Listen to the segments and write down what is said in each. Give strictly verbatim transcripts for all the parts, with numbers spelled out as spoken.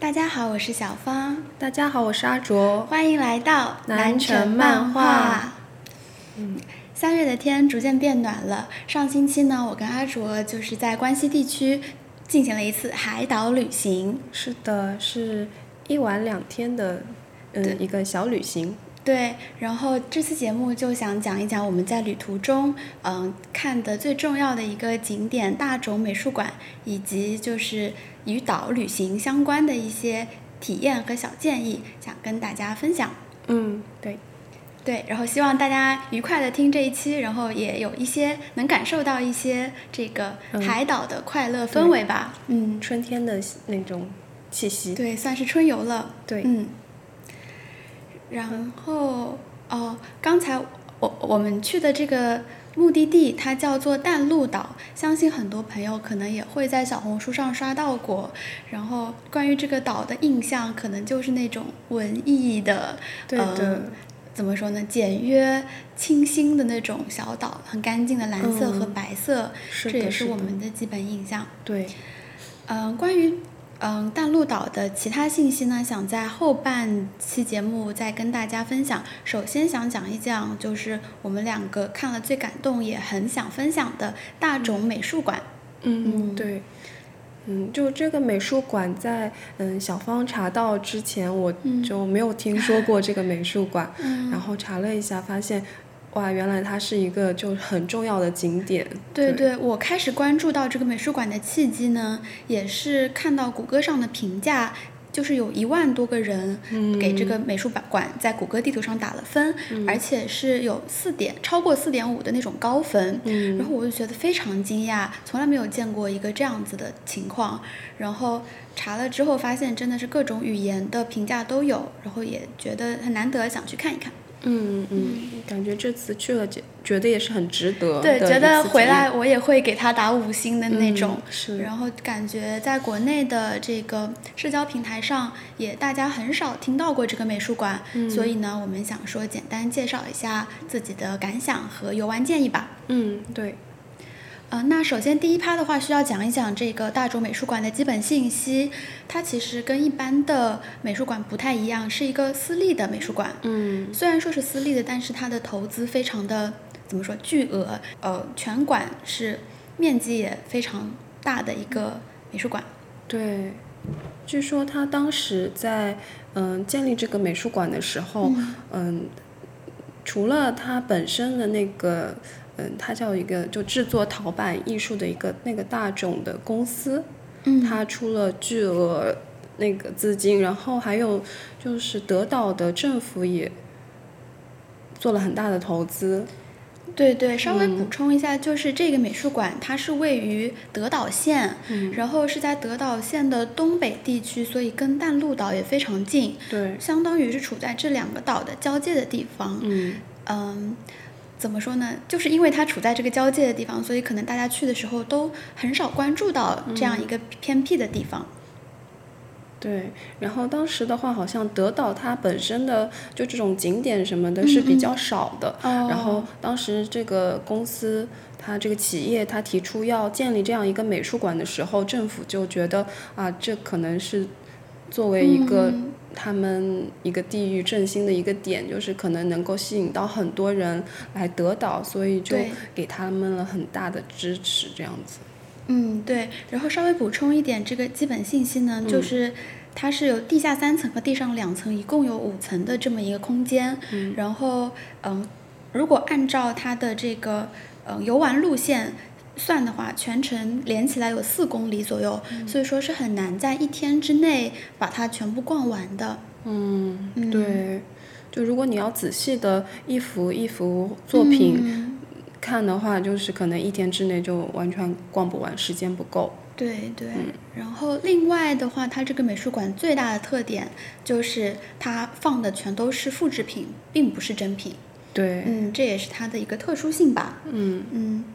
大家好，我是小芳。 大家好，我是阿卓。 欢迎来到南城漫画。 嗯，三月的天逐渐变暖了。上星期呢，我跟阿卓就是在关西地区进行了一次海岛旅行。 是的，是一晚两天的，嗯，一个小旅行。 对，然后这次节目就想讲一讲我们在旅途中，嗯，看的最重要的一个景点大冢美术馆，以及就是与岛旅行相关的一些体验和小建议，想跟大家分享。 嗯，对， 对，然后希望大家愉快的听这一期，然后也有一些能感受到一些这个海岛的快乐氛围吧。嗯， 嗯春天的那种气息。 对，算是春游了。 对， 嗯。然后哦，刚才我我们去的这个目的地它叫做淡路岛，相信很多朋友可能也会在小红书上刷到过。然后关于这个岛的印象，可能就是那种文艺的， 对的、呃， 怎么说呢，简约清新的那种小岛，很干净的蓝色和白色， 嗯、 这也是我们的基本印象。 对， 嗯、呃，关于。嗯，淡路岛的其他信息呢，想在后半期节目再跟大家分享。首先想讲一讲，就是我们两个看了最感动，也很想分享的大冢美术馆。 嗯，嗯对，嗯，就这个美术馆在嗯小芳查到之前，我就没有听说过这个美术馆， 嗯、 然后查了一下，发现。哇，原来它是一个就很重要的景点。 对 对, 对，我开始关注到这个美术馆的契机呢，也是看到谷歌上的评价，就是有一万多个人给这个美术馆在谷歌地图上打了分，嗯、而且是有四点超过四点五的那种高分， 嗯、 然后我就觉得非常惊讶，从来没有见过一个这样子的情况。然后查了之后发现真的是各种语言的评价都有，然后也觉得很难得，想去看一看。 嗯嗯，感觉这次去了，觉得也是很值得。 对，觉得回来我也会给他打五星的那种。 嗯、是。 然后感觉在国内的这个社交平台上，也大家很少听到过这个美术馆， 嗯、 所以呢，我们想说简单介绍一下自己的感想和游玩建议吧。 嗯，对。 呃，那首先第一趴的话，需要讲一讲这个大冢美术馆的基本信息。它其实跟一般的美术馆不太一样，是一个私立的美术馆。 嗯， 虽然说是私立的，但是它的投资非常的怎么说巨额。呃，全馆是面积也非常大的一个美术馆。 对，据说他当时在嗯、呃、建立这个美术馆的时候，嗯、呃，除了它本身的那个。嗯，它叫一个就制作陶板艺术的一个那个大冢的公司， 嗯， 它出了巨额那个资金，然后还有就是德岛的政府也做了很大的投资。 对对，稍微补充一下，嗯、就是这个美术馆它是位于德岛县， 嗯、 然后是在德岛县的东北地区，所以跟淡路岛也非常近， 对， 相当于是处在这两个岛的交界的地方。 嗯嗯。怎么说呢？就是因为它处在这个交界的地方，所以可能大家去的时候都很少关注到这样一个偏僻的地方。 嗯、对，然后当时的话，好像德岛它本身的就这种景点什么的是比较少的。 嗯嗯然后当时这个公司，它这个企业，它提出要建立这样一个美术馆的时候，政府就觉得啊，这可能是作为一个。 嗯他们一个地域振兴的一个点，就是可能能够吸引到很多人来德岛，所以就给他们了很大的支持，这样子。 嗯，对。然后稍微补充一点这个基本信息呢，就是它是有地下三层和地上两层，一共有五层的这么一个空间。 嗯。 然后，嗯，如果按照它的这个嗯游玩路线算的话，全程连起来有四公里左右， 嗯、 所以说是很难在一天之内把它全部逛完的。 嗯，对，就如果你要仔细的一幅一幅作品看的话，嗯、就是可能一天之内就完全逛不完，时间不够。 对对、 嗯， 然后另外的话，它这个美术馆最大的特点就是它放的全都是复制品，并不是真品。 对， 嗯，这也是它的一个特殊性吧。 嗯嗯。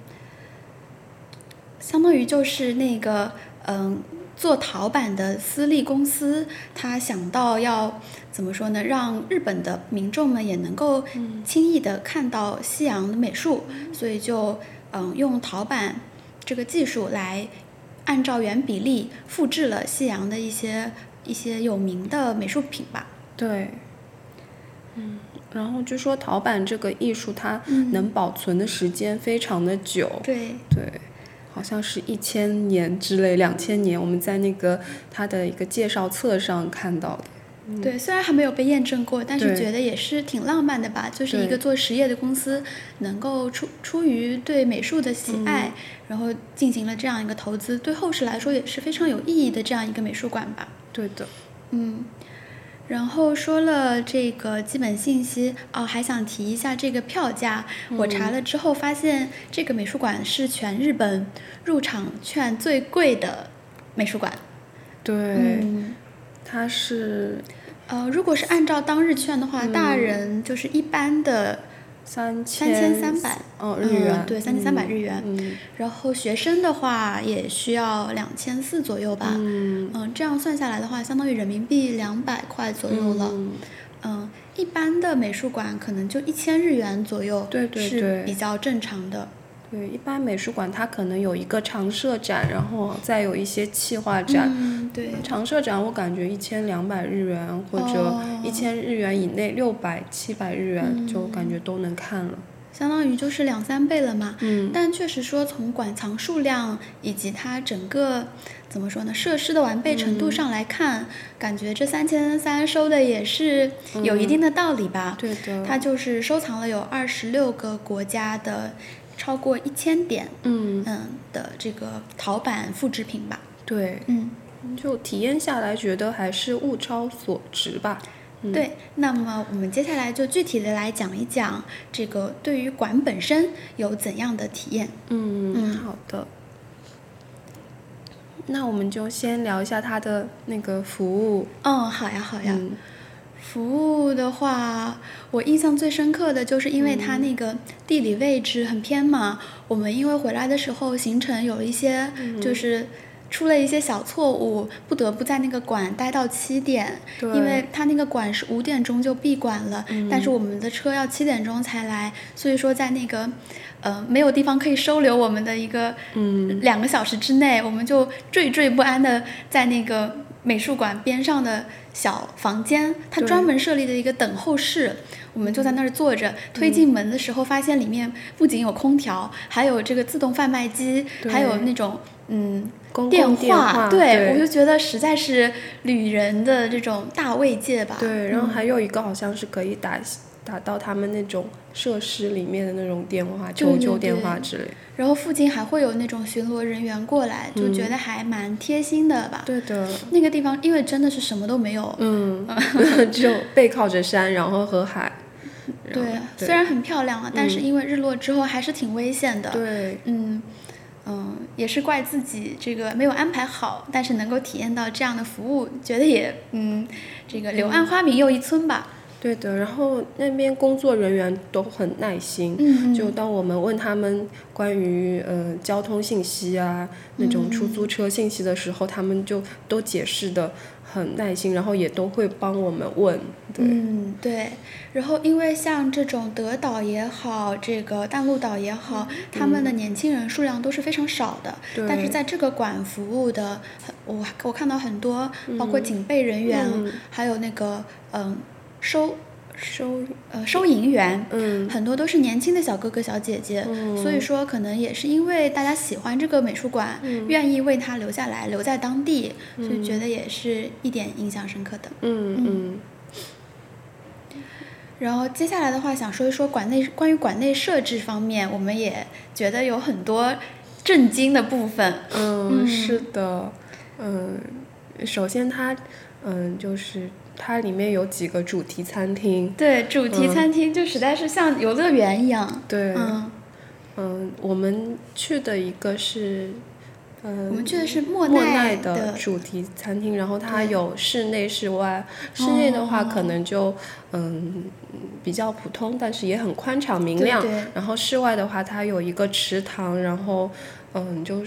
相当于就是那个嗯，做陶板的私立公司，他想到要怎么说呢，让日本的民众们也能够轻易的看到西洋的美术，嗯、所以就嗯用陶板这个技术来按照原比例复制了西洋的一些一些有名的美术品吧。 对，嗯，然后据说陶板这个艺术它能保存的时间非常的久， 嗯、对对，好像是一千年之类，两千年，我们在那个它的一个介绍册上看到的。 对，虽然还没有被验证过，但是觉得也是挺浪漫的吧。就是一个做实业的公司，能够出出于对美术的喜爱、嗯，然后进行了这样一个投资，对后世来说也是非常有意义的这样一个美术馆吧。 对的， 嗯。然后说了这个基本信息哦，还想提一下这个票价。嗯、我查了之后发现，这个美术馆是全日本入场券最贵的美术馆。 对， 嗯、 它是。 呃，如果是按照当日券的话，嗯、大人就是一般的三千三百哦日元， 嗯、对，三千三百日元、 嗯。 然后学生的话也需要两千四左右吧。 嗯, 嗯，这样算下来的话，相当于人民币两百块左右了。 嗯, 嗯，一般的美术馆可能就一千日元左右， 对对对， 是比较正常的。 对，一般美术馆它可能有一个常设展，然后再有一些企划展。 嗯，对。 常设展我感觉一千两百日元或者一千日元以内，六百七百日元、嗯、就感觉都能看了。 相当于就是两三倍了嘛。 嗯。 但确实说从馆藏数量以及它整个怎么说呢，设施的完备程度上来看，嗯、感觉这三千三收的也是有一定的道理吧。 嗯、对的。 它就是收藏了有二十六个国家的。超过一千点， 嗯嗯的这个陶板复制品吧。 对， 嗯， 就体验下来觉得还是物超所值吧。嗯、 对，那么我们接下来就具体的来讲一讲这个对于馆本身有怎样的体验。 嗯嗯，好的。那我们就先聊一下它的那个服务。 嗯，好呀，好呀。 嗯服务的话，我印象最深刻的就是因为它那个地理位置很偏嘛，嗯、我们因为回来的时候行程有一些就是出了一些小错误，嗯、不得不在那个馆待到七点，因为它那个馆是五点钟就闭馆了，嗯、但是我们的车要七点钟才来，所以说在那个呃没有地方可以收留我们的一个嗯两个小时之内，我们就惴惴不安的在那个美术馆边上的小房间，它专门设立的一个等候室，我们就在那儿坐着。推进门的时候，发现里面不仅有空调，还有这个自动贩卖机，还有那种嗯公共电电话。 对， 对， 我就觉得实在是旅人的这种大慰藉吧。 对，然后还有一个好像是可以打。嗯打到他们那种设施里面的那种电话，求救电话之类。 对对对，然后附近还会有那种巡逻人员过来，就觉得还蛮贴心的吧。 嗯、对的。 那个地方因为真的是什么都没有， 嗯，只有背靠着山，然后和海。 对，对，虽然很漂亮啊，嗯、但是因为日落之后还是挺危险的。 对， 嗯嗯，也是怪自己这个没有安排好，但是能够体验到这样的服务，觉得也嗯，这个柳暗花明又一村吧。 对的，然后那边工作人员都很耐心， 嗯、 就当我们问他们关于呃交通信息啊、那种出租车信息的时候，嗯、他们就都解释的很耐心，然后也都会帮我们问。对， 嗯，对。然后因为像这种德岛也好，这个淡路岛也好，嗯、他们的年轻人数量都是非常少的。 对。 但是在这个馆服务的，我我看到很多，包括警备人员， 嗯、 还有那个嗯。收收呃收银员， 嗯， 很多都是年轻的小哥哥小姐姐， 嗯， 所以说可能也是因为大家喜欢这个美术馆， 嗯、 愿意为它留下来，留在当地，嗯、所以觉得也是一点印象深刻的。 嗯嗯。 然后接下来的话，想说一说馆内关于馆内设置方面，我们也觉得有很多震惊的部分。 嗯，嗯是的，嗯，首先它，嗯，就是。它里面有几个主题餐厅， 对，主题餐厅就实在是像游乐园一样。 嗯、对， 嗯， 嗯，我们去的一个是，嗯， 我们去的是莫奈的主题餐厅，然后它有室内、室外。室内的话可能就、哦、嗯比较普通，但是也很宽敞明亮。 对对。 然后室外的话，它有一个池塘，然后嗯就是。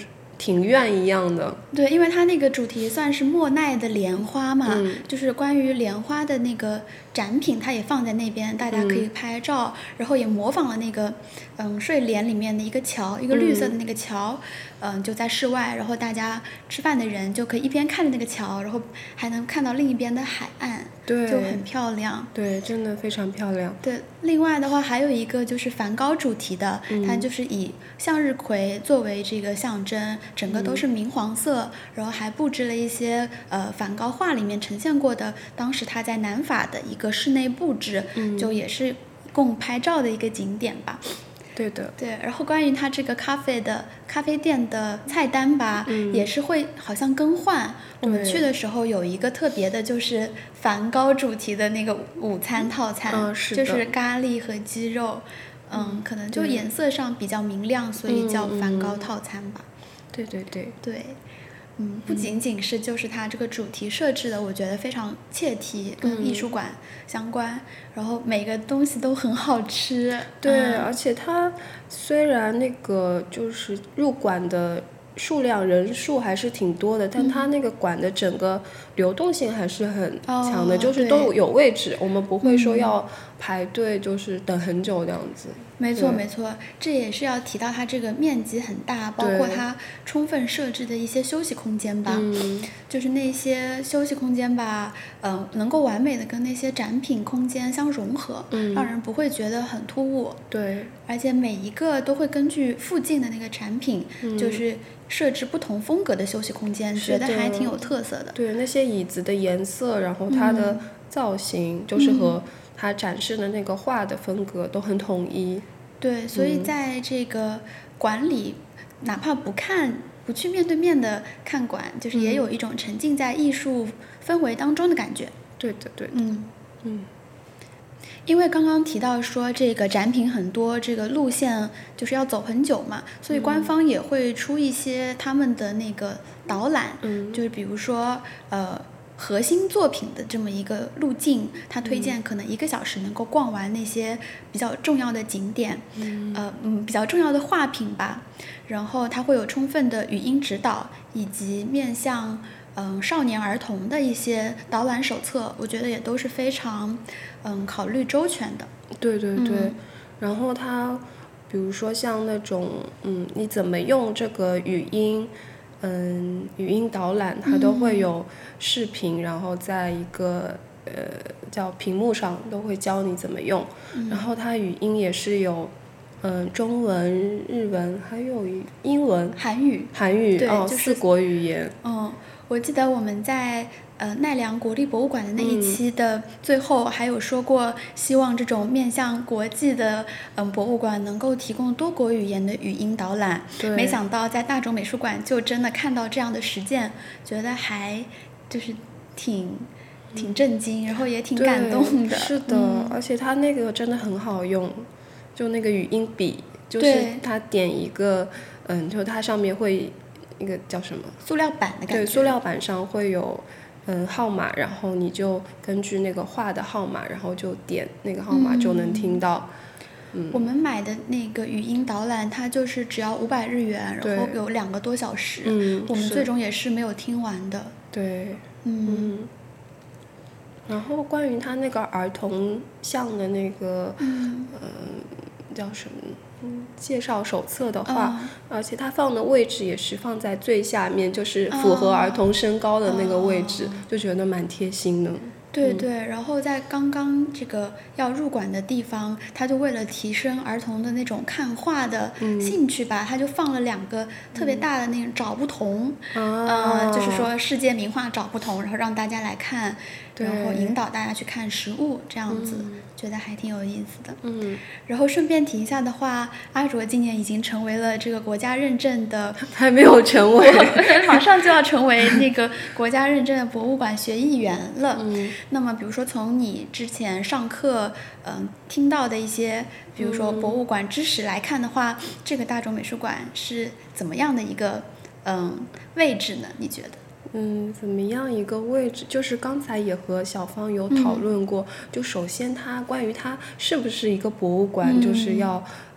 庭院一样的。 对，因为它那个主题算是莫奈的莲花嘛， 嗯、 就是关于莲花的那个展品，它也放在那边，大家可以拍照，嗯、然后也模仿了那个嗯睡莲里面的一个桥，一个绿色的那个桥，嗯、呃，就在室外，然后大家吃饭的人就可以一边看着那个桥，然后还能看到另一边的海岸， 对， 就很漂亮。 对，真的非常漂亮。 对，另外的话还有一个就是梵高主题的， 嗯、 它就是以向日葵作为这个象征，整个都是明黄色，嗯、然后还布置了一些呃梵高画里面呈现过的当时他在南法的一个室内布置， 嗯、 就也是供拍照的一个景点吧。 对的， 对，然后关于它这个咖啡的咖啡店的菜单吧， 嗯、 也是会好像更换。我们去的时候有一个特别的，就是梵高主题的那个午餐套餐， 嗯、是就是咖喱和鸡肉，嗯，可能就颜色上比较明亮，所以叫梵高套餐吧。 嗯、对对对对。嗯，不仅仅是就是它这个主题设置的，我觉得非常切题，跟艺术馆相关，嗯、然后每个东西都很好吃。 对， 嗯、 而且它虽然那个就是入馆的数量人数还是挺多的，但它那个馆的整个流动性还是很强的， 哦、 就是都有位置，我们不会说要排队就是等很久这样子。 没错没错，这也是要提到它这个面积很大，包括它充分设置的一些休息空间吧， 嗯、 就是那些休息空间吧，呃，能够完美的跟那些展品空间相融合， 嗯、 让人不会觉得很突兀。 对， 而且每一个都会根据附近的那个产品， 嗯、 就是设置不同风格的休息空间，觉得还挺有特色的。 对，那些椅子的颜色，然后它的造型，嗯、就是和它展示的那个画的风格都很统一。 对，所以在这个馆里，嗯、哪怕不看不去面对面的看馆，就是也有一种沉浸在艺术氛围当中的感觉。 对的对的。 嗯嗯。 因为刚刚提到说这个展品很多，这个路线就是要走很久嘛，所以官方也会出一些他们的那个导览， 嗯、 就是比如说呃核心作品的这么一个路径，他推荐可能一个小时能够逛完那些比较重要的景点， 嗯、 呃嗯比较重要的画品吧，然后它会有充分的语音指导以及面向嗯少年儿童的一些导览手册，我觉得也都是非常嗯考虑周全的。 对对对， 嗯、 然后它比如说像那种嗯你怎么用这个语音嗯语音导览，它都会有视频，嗯、然后在一个呃叫屏幕上都会教你怎么用， 嗯、 然后它语音也是有嗯中文、日文还有英文、 韩语、 韩语对、 哦、 就是、 四国语言。 嗯，我记得我们在呃奈良国立博物馆的那一期的最后还有说过，希望这种面向国际的嗯博物馆能够提供多国语言的语音导览。没想到在大冢美术馆就真的看到这样的实践，觉得还就是挺挺震惊，然后也挺感动的。 是的、嗯、而且它那个真的很好用，就那个语音笔，就是它点一个嗯，就它上面会一个叫什么塑料板的感觉， 对，塑料板上会有嗯号码，然后你就根据那个画的号码，然后就点那个号码就能听到。 嗯、我们买的那个语音导览，它就是只要五百日元，然后有两个多小时。 嗯， 我们最终也是没有听完的。 对， 嗯。 嗯然后关于他那个儿童像的那个， 嗯、 呃，叫什么？嗯，介绍手册的话， 哦、 而且它放的位置也是放在最下面，就是符合儿童身高的那个位置， 哦、 就觉得蛮贴心的。 对对、嗯，然后在刚刚这个要入馆的地方，他就为了提升儿童的那种看画的兴趣吧，嗯、他就放了两个特别大的那种找不同， 嗯、 呃，就是说世界名画找不同，然后让大家来看，然后引导大家去看实物，这样子、嗯、觉得还挺有意思的。 嗯， 然后顺便提一下的话，阿卓今年已经成为了这个国家认证的， 还没有成为， 马上就要成为那个国家认证的博物馆学艺员了。 嗯。 那么比如说从你之前上课嗯听到的一些比如说博物馆知识来看的话、嗯、这个大冢美术馆是怎么样的一个嗯位置呢，你觉得？ 嗯，怎么样一个位置，就是刚才也和小芳有讨论过、嗯、就首先它关于它是不是一个博物馆、嗯、就是要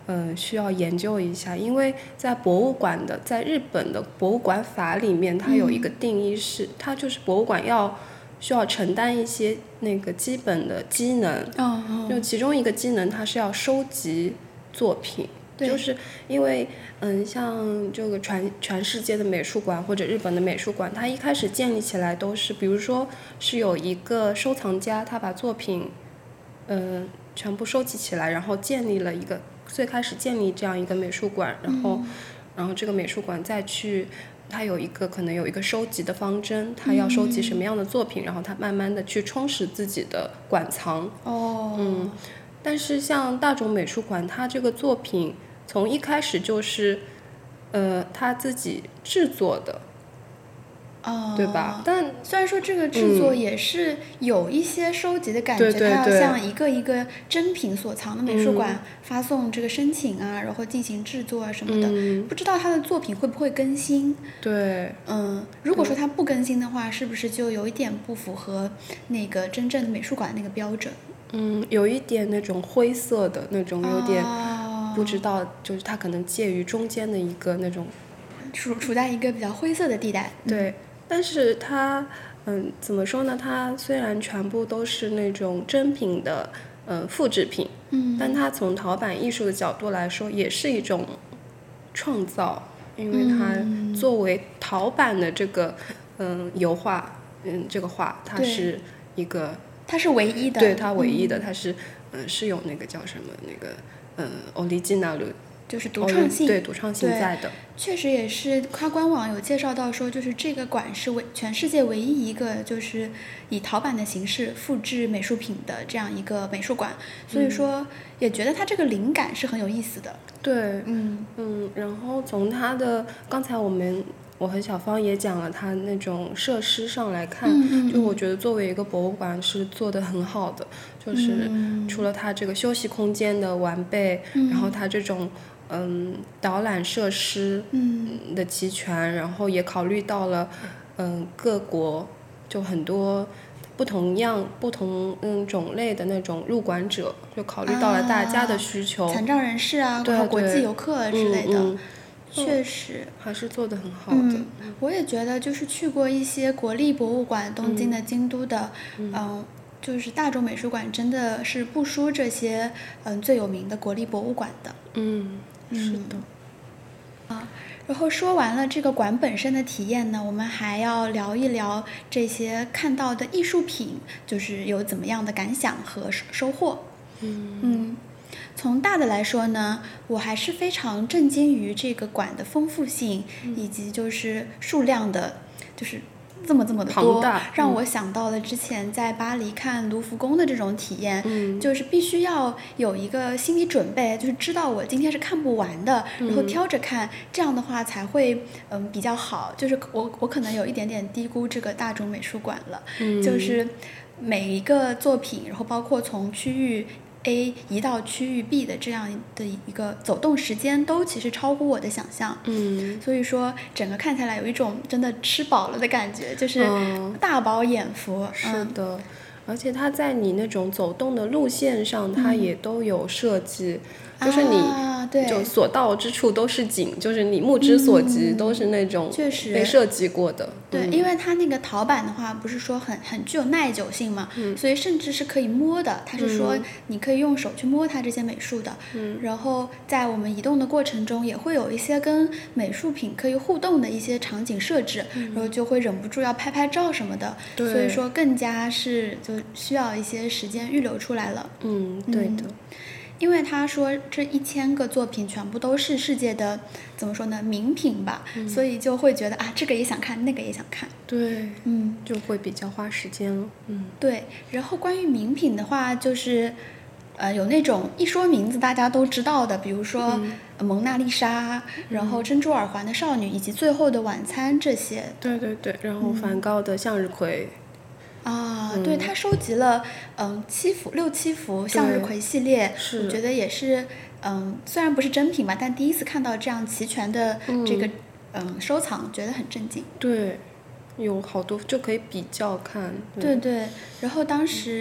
嗯、呃，需要研究一下，因为在博物馆的，在日本的博物馆法里面，它有一个定义是，嗯、它就是博物馆要需要承担一些那个基本的机能， 哦哦， 就其中一个机能，它是要收集作品。就是因为嗯，像这个全全世界的美术馆或者日本的美术馆，它一开始建立起来都是，比如说是有一个收藏家，他把作品呃全部收集起来，然后建立了一个最开始建立这样一个美术馆，然后、嗯、然后这个美术馆再去，它有一个可能有一个收集的方针，它要收集什么样的作品，嗯、然后它慢慢的去充实自己的馆藏。 哦， 嗯，但是像大冢美术馆，它这个作品从一开始就是，呃，他自己制作的， 哦， 对吧？但虽然说这个制作也是有一些收集的感觉， 嗯、对对对， 它要向一个一个珍品所藏的美术馆发送这个申请啊，嗯、然后进行制作啊什么的。 嗯、 不知道他的作品会不会更新？ 对， 嗯，如果说他不更新的话，是不是就有一点不符合那个真正的美术馆那个标准？ 嗯，有一点那种灰色的那种，有点。 哦， 不知道，就是它可能介于中间的一个那种， 处处在一个比较灰色的地带。 对，嗯、但是它，嗯，怎么说呢？它虽然全部都是那种真品的，嗯，复制品， 嗯， 但它从陶板艺术的角度来说，也是一种创造，因为它作为陶板的这个，嗯，油画，嗯，这个画它是一个， 它是唯一的， 对，它唯一的，嗯、它是，嗯，是有那个叫什么那个。嗯 ，original 就是独创性， 对独创性在的。 确实也是，它官网有介绍到说，就是这个馆是唯全世界唯一一个就是以陶板的形式复制美术品的这样一个美术馆，所以说也觉得它这个灵感是很有意思的。 对， 嗯嗯，然后从它的刚才我们。我和小芳也讲了它那种设施上来看， 嗯嗯嗯就我觉得作为一个博物馆是做得很好的，就是除了它这个休息空间的完备， 嗯、 然后它这种嗯导览设施的齐全， 嗯、 然后也考虑到了嗯各国就很多不同样不同嗯种类的那种入馆者，就考虑到了大家的需求， 啊、残障人士啊， 对国际游客之类的。 嗯嗯确实还是做得很好的、 嗯、我也觉得就是去过一些国立博物馆，东京的、京都的 嗯, 嗯就是大冢美术馆真的是不输这些嗯最有名的国立博物馆的。 嗯，是的、 嗯、啊，然后说完了这个馆本身的体验呢，我们还要聊一聊这些看到的艺术品就是有怎么样的感想和收获。 嗯嗯从大的来说呢，我还是非常震惊于这个馆的丰富性，嗯、以及就是数量的，就是这么这么的多，让我想到了之前在巴黎看卢浮宫的这种体验， 嗯、 就是必须要有一个心理准备，就是知道我今天是看不完的， 嗯、 然后挑着看，这样的话才会嗯比较好。就是我我可能有一点点低估这个大冢美术馆了， 嗯、 就是每一个作品，然后包括从区域A 移到区域 B 的这样的一个走动时间都其实超乎我的想象， 嗯， 所以说整个看起来有一种真的吃饱了的感觉，就是大饱眼福。 嗯、是的，而且它在你那种走动的路线上，它也都有设计，嗯、就是你就所到之处都是景，就是你目之所及都是那种被设计过的。 嗯、对，因为它那个陶板的话，不是说很很具有耐久性嘛， 嗯、 所以甚至是可以摸的。它是说你可以用手去摸它这些美术的。 嗯、 然后在我们移动的过程中，也会有一些跟美术品可以互动的一些场景设置， 嗯、 然后就会忍不住要拍拍照什么的。 对， 所以说更加是就需要一些时间预留出来了。 嗯，对的。 嗯因为他说这一千个作品全部都是世界的怎么说呢名品吧、嗯、所以就会觉得啊这个也想看那个也想看， 对， 嗯， 就会比较花时间了。嗯， 对。然后关于名品的话，就是呃有那种一说名字大家都知道的，比如说、 嗯呃、蒙娜丽莎，然后珍珠耳环的少女、嗯、以及最后的晚餐这些。 对对对，然后梵高的向日葵。 嗯啊，嗯、对，他收集了嗯七幅六七幅向日葵系列，我觉得也是嗯虽然不是真品吧，但第一次看到这样齐全的这个 嗯, 嗯收藏，觉得很震惊。 对，有好多就可以比较看。 对 对, 对，然后当时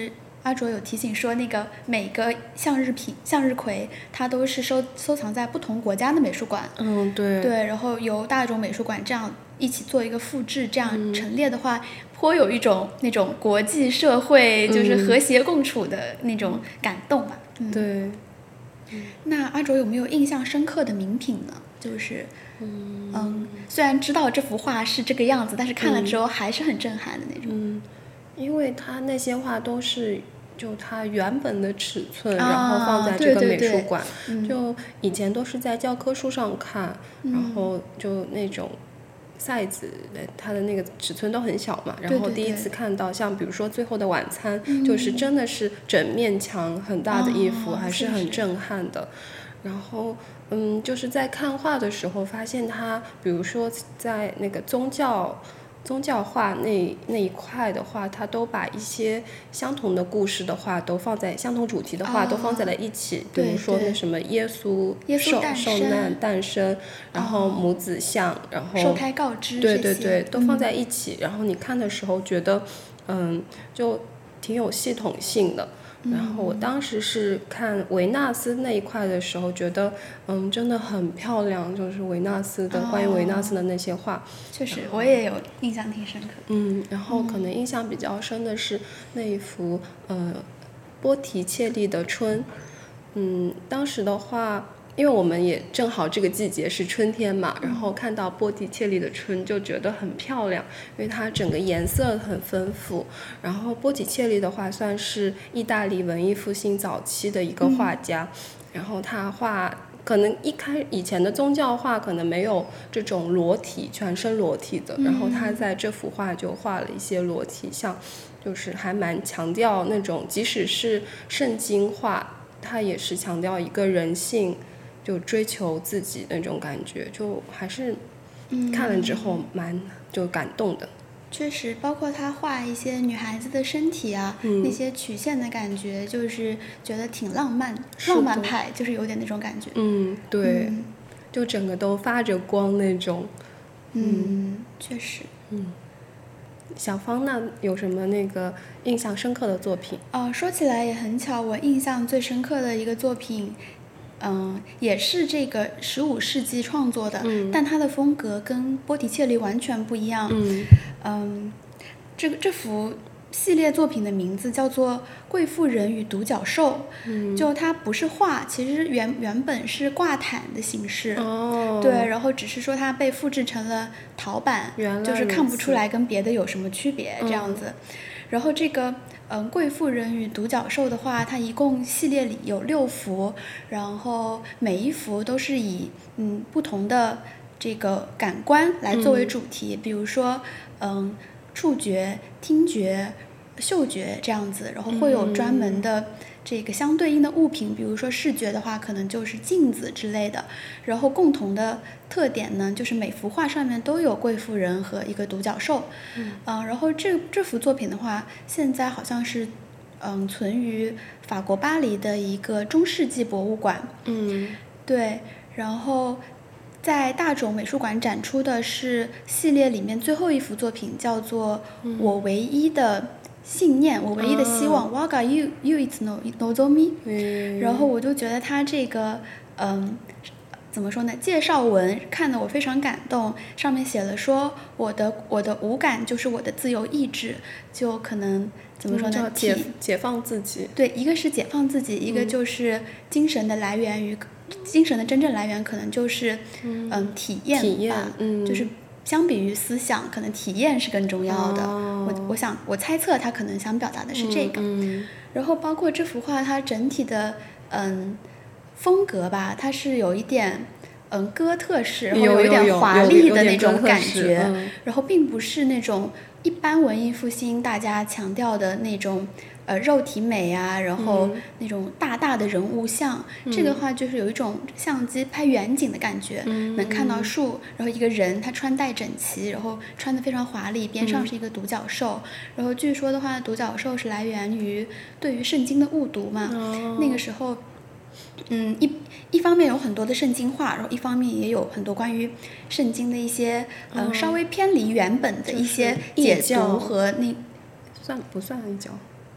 阿卓有提醒说，那个每个向日品、向日葵，它都是收收藏在不同国家的美术馆。 嗯，对。 对，然后由大众美术馆这样一起做一个复制，这样陈列的话，嗯、颇有一种那种国际社会就是和谐共处的那种感动吧。 嗯、对。 那阿卓有没有印象深刻的名品呢？就是嗯, 嗯，虽然知道这幅画是这个样子，但是看了之后还是很震撼的那种。 嗯，因为它那些画都是就它原本的尺寸，啊、然后放在这个美术馆。 对对对， 就以前都是在教科书上看， 嗯、 然后就那种 size 它的那个尺寸都很小嘛，然后第一次看到像比如说《最后的晚餐》 嗯， 就是真的是整面墙很大的一幅， 哦、 还是很震撼的。然后，嗯，就是在看画的时候，发现他，比如说在那个宗教宗教画那那一块的话，他都把一些相同的故事的话都放在相同主题的话、哦、都放在了一起，比如说那什么耶稣受受难诞生，然后母子像，然后受胎告知， 对对对，都放在一起、嗯。然后你看的时候觉得，嗯，就挺有系统性的。然后我当时是看维纳斯那一块的时候，觉得嗯真的很漂亮，就是维纳斯的、哦、关于维纳斯的那些画， 确实我也有印象挺深刻。 嗯，然后可能印象比较深的是那一幅呃波提切利的春，嗯，当时的话。因为我们也正好这个季节是春天嘛，然后看到波提切利的春就觉得很漂亮，因为它整个颜色很丰富。然后波提切利的话算是意大利文艺复兴早期的一个画家，嗯、然后他画可能一开以前的宗教画可能没有这种裸体全身裸体的，然后他在这幅画就画了一些裸体像，就是还蛮强调那种即使是圣经画，他也是强调一个人性。就追求自己那种感觉，就还是看了之后蛮就感动的。 确实，包括他画一些女孩子的身体啊， 嗯、 那些曲线的感觉，就是觉得挺浪漫，浪漫派，就是有点那种感觉。 嗯，对，嗯、就整个都发着光那种。 嗯，嗯确实。 嗯，小芳那有什么那个印象深刻的作品？ 哦，说起来也很巧，我印象最深刻的一个作品。嗯，也是这个十五世纪创作的， 嗯、 但它的风格跟波提切利完全不一样。 嗯， 嗯这个这幅系列作品的名字叫做《贵妇人与独角兽》， 嗯、 就它不是画，其实原原本是挂毯的形式。 哦， 对，然后只是说它被复制成了陶板，就是看不出来跟别的有什么区别、嗯、这样子。然后这个。嗯，贵妇人与独角兽的话，它一共系列里有六幅，然后每一幅都是以嗯不同的这个感官来作为主题，嗯、比如说嗯触觉、听觉、嗅觉这样子，然后会有专门的这个相对应的物品，比如说视觉的话，可能就是镜子之类的。然后共同的特点呢，就是每幅画上面都有贵妇人和一个独角兽。 嗯， 呃、然后这这幅作品的话，现在好像是嗯存于法国巴黎的一个中世纪博物馆。 嗯， 对，然后。在大冢美术馆展出的是系列里面最后一幅作品，叫做《我唯一的信念》，嗯、我唯一的希望。我が唯一の望み。 嗯。 然后我就觉得他这个，嗯，怎么说呢？介绍文看得我非常感动，上面写了说我的我的五感就是我的自由意志，就可能怎么说呢？ 解解放自己。 对，一个是解放自己，一个就是精神的来源于。精神的真正来源可能就是嗯、呃、体验吧， 体验嗯、 就是相比于思想，可能体验是更重要的。 哦、 我我想我猜测他可能想表达的是这个。 嗯嗯、 然后包括这幅画，它整体的嗯风格吧，它是有一点嗯哥特式，然后有一点华丽的那种感觉， 嗯、 然后并不是那种一般文艺复兴大家强调的那种。呃，肉体美啊，然后那种大大的人物像， 嗯、 这个话就是有一种相机拍远景的感觉， 嗯、 能看到树，然后一个人他穿戴整齐，然后穿得非常华丽，边上是一个独角兽，嗯、然后据说的话，独角兽是来源于对于圣经的误读嘛， 哦、 那个时候，嗯，一一方面有很多的圣经画，然后一方面也有很多关于圣经的一些，嗯、呃，稍微偏离原本的一些解读和那， 算不算异教？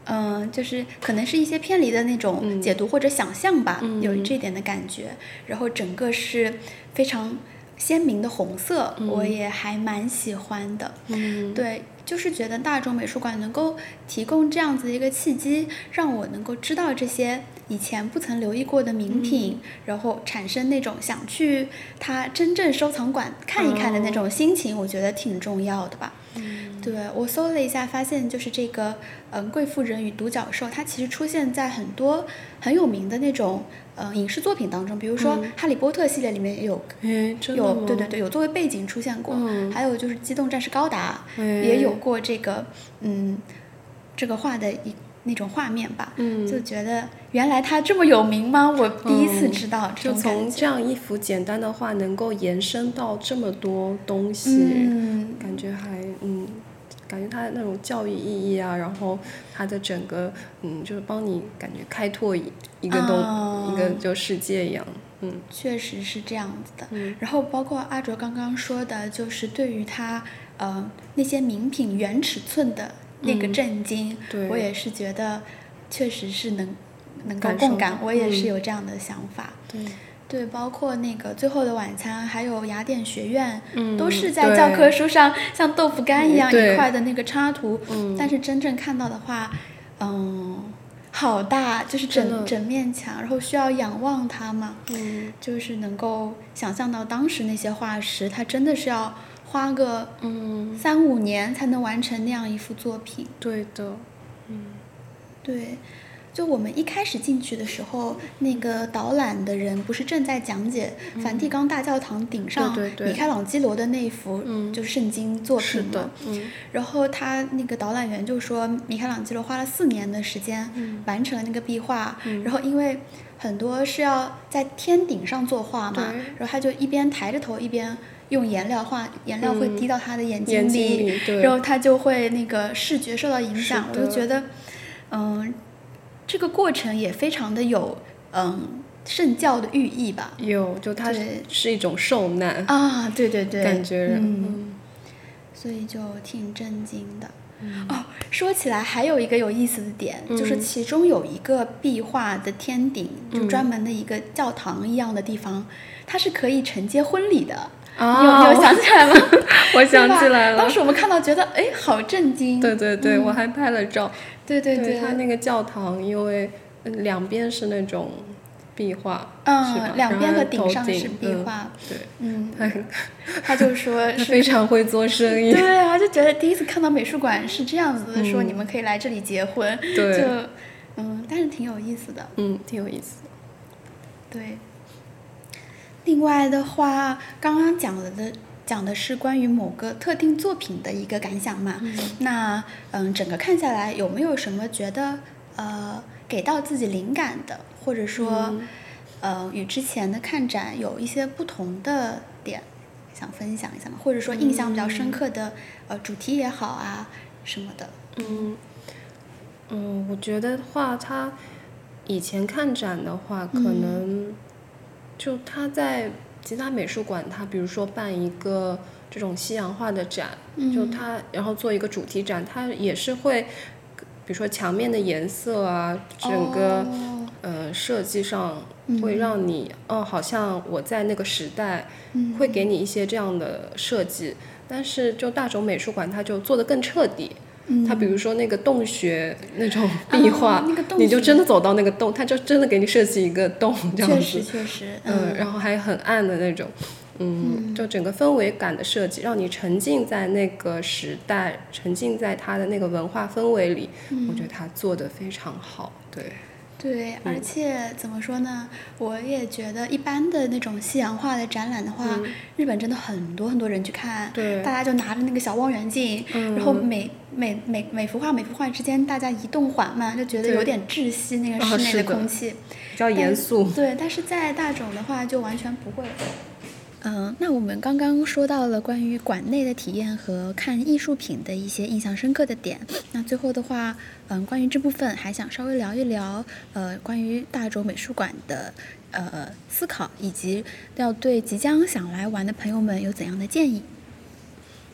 嗯、呃，就是可能是一些偏离的那种解读或者想象吧， 嗯、 有这点的感觉。然后整个是非常鲜明的红色， 嗯、 我也还蛮喜欢的。 嗯， 对，就是觉得大众美术馆能够提供这样子一个契机，让我能够知道这些以前不曾留意过的名品， 嗯、 然后产生那种想去它真正收藏馆看一看的那种心情，哦、我觉得挺重要的吧。 嗯， 对，我搜了一下，发现就是这个，嗯，贵妇人与独角兽，它其实出现在很多很有名的那种，呃，影视作品当中，比如说《哈利波特》系列里面有， 嗯、 有，对对对，有作为背景出现过， 嗯、 还有就是《机动战士高达》也有过这个，嗯，这个画的一那种画面吧， 嗯， 就觉得原来它这么有名吗？我第一次知道这种感觉， 就从这样一幅简单的画能够延伸到这么多东西， 嗯， 感觉还嗯。感觉它的那种教育意义啊，然后它的整个嗯，就是帮你感觉开拓一一个东、哦、一个就世界一样，嗯， 确实是这样子的。 嗯， 然后包括阿卓刚刚说的，就是对于它呃那些名品原尺寸的那个震惊， 嗯、对， 我也是觉得确实是能能够共感，我也是有这样的想法。 嗯、对。 对，包括那个《最后的晚餐》，还有雅典学院， 嗯、 都是在教科书上像豆腐干一样一块的那个插图。 嗯、 但是真正看到的话，嗯，好大，就是整整面墙，然后需要仰望它嘛。 嗯， 就是能够想象到当时那些画师，他真的是要花个嗯三五年才能完成那样一幅作品。 对的，嗯， 对。就我们一开始进去的时候，那个导览的人不是正在讲解梵蒂冈大教堂顶上米开朗基罗的那幅就是圣经作品嘛、 嗯嗯、 然后他那个导览员就说米开朗基罗花了四年的时间完成了那个壁画、 嗯、 然后因为很多是要在天顶上作画嘛，然后他就一边抬着头一边用颜料画，颜料会滴到他的眼睛里、 嗯、 然后他就会那个视觉受到影响。我就觉得嗯这个过程也非常的有嗯圣教的寓意吧， 有，就它是一种受难啊，对对对， 感觉嗯，嗯所以就挺震惊的、 嗯、 哦。说起来还有一个有意思的点、嗯、就是其中有一个壁画的天顶、嗯、就专门的一个教堂一样的地方、嗯、它是可以承接婚礼的。 哦、 你有你有想起来吗？ 我想起来了， 当时我们看到觉得哎好震惊。 对对对、 嗯、 我还拍了照。 对对 对, 对，它那个教堂因为两边是那种壁画， 嗯，两边和顶上是壁画， 嗯、对， 嗯，他就说是非常会做生意， 对啊，就觉得第一次看到美术馆是这样子的，说你们可以来这里结婚， 嗯、对， 就嗯，但是挺有意思的， 嗯，挺有意思的， 对。另外的话，刚刚讲了的。讲的是关于某个特定作品的一个感想嘛， 嗯那嗯，整个看下来有没有什么觉得呃给到自己灵感的，或者说、嗯、呃与之前的看展有一些不同的点想分享一下吗？或者说印象比较深刻的、嗯、呃主题也好啊什么的。 嗯嗯，我觉得话它以前看展的话，可能就它在其他美术馆它比如说办一个这种西洋画的展、嗯、就它然后做一个主题展，它也是会比如说墙面的颜色啊，整个、哦、呃设计上会让你、嗯、哦好像我在那个时代、嗯、会给你一些这样的设计，但是就大冢美术馆它就做得更彻底，他比如说那个洞穴那种壁画、 嗯那个、 你就真的走到那个洞，他就真的给你设计一个洞这样子， 确实确实嗯, 嗯，然后还很暗的那种，嗯，就整个氛围感的设计，让你沉浸在那个时代，沉浸在他的那个文化氛围里，嗯、我觉得他做得非常好，对。 对，而且怎么说呢，我也觉得一般的那种西洋画的展览的话、嗯、日本真的很多很多人去看， 对， 大家就拿着那个小望远镜、嗯、然后每每每每幅画每幅画之间大家移动缓慢，就觉得有点窒息那个室内的空气、 哦、比较严肃， 对，但是在大冢的话就完全不会。嗯，那我们刚刚说到了关于馆内的体验和看艺术品的一些印象深刻的点，那最后的话，嗯，关于这部分还想稍微聊一聊，呃，关于大冢美术馆的呃思考，以及要对即将想来玩的朋友们有怎样的建议。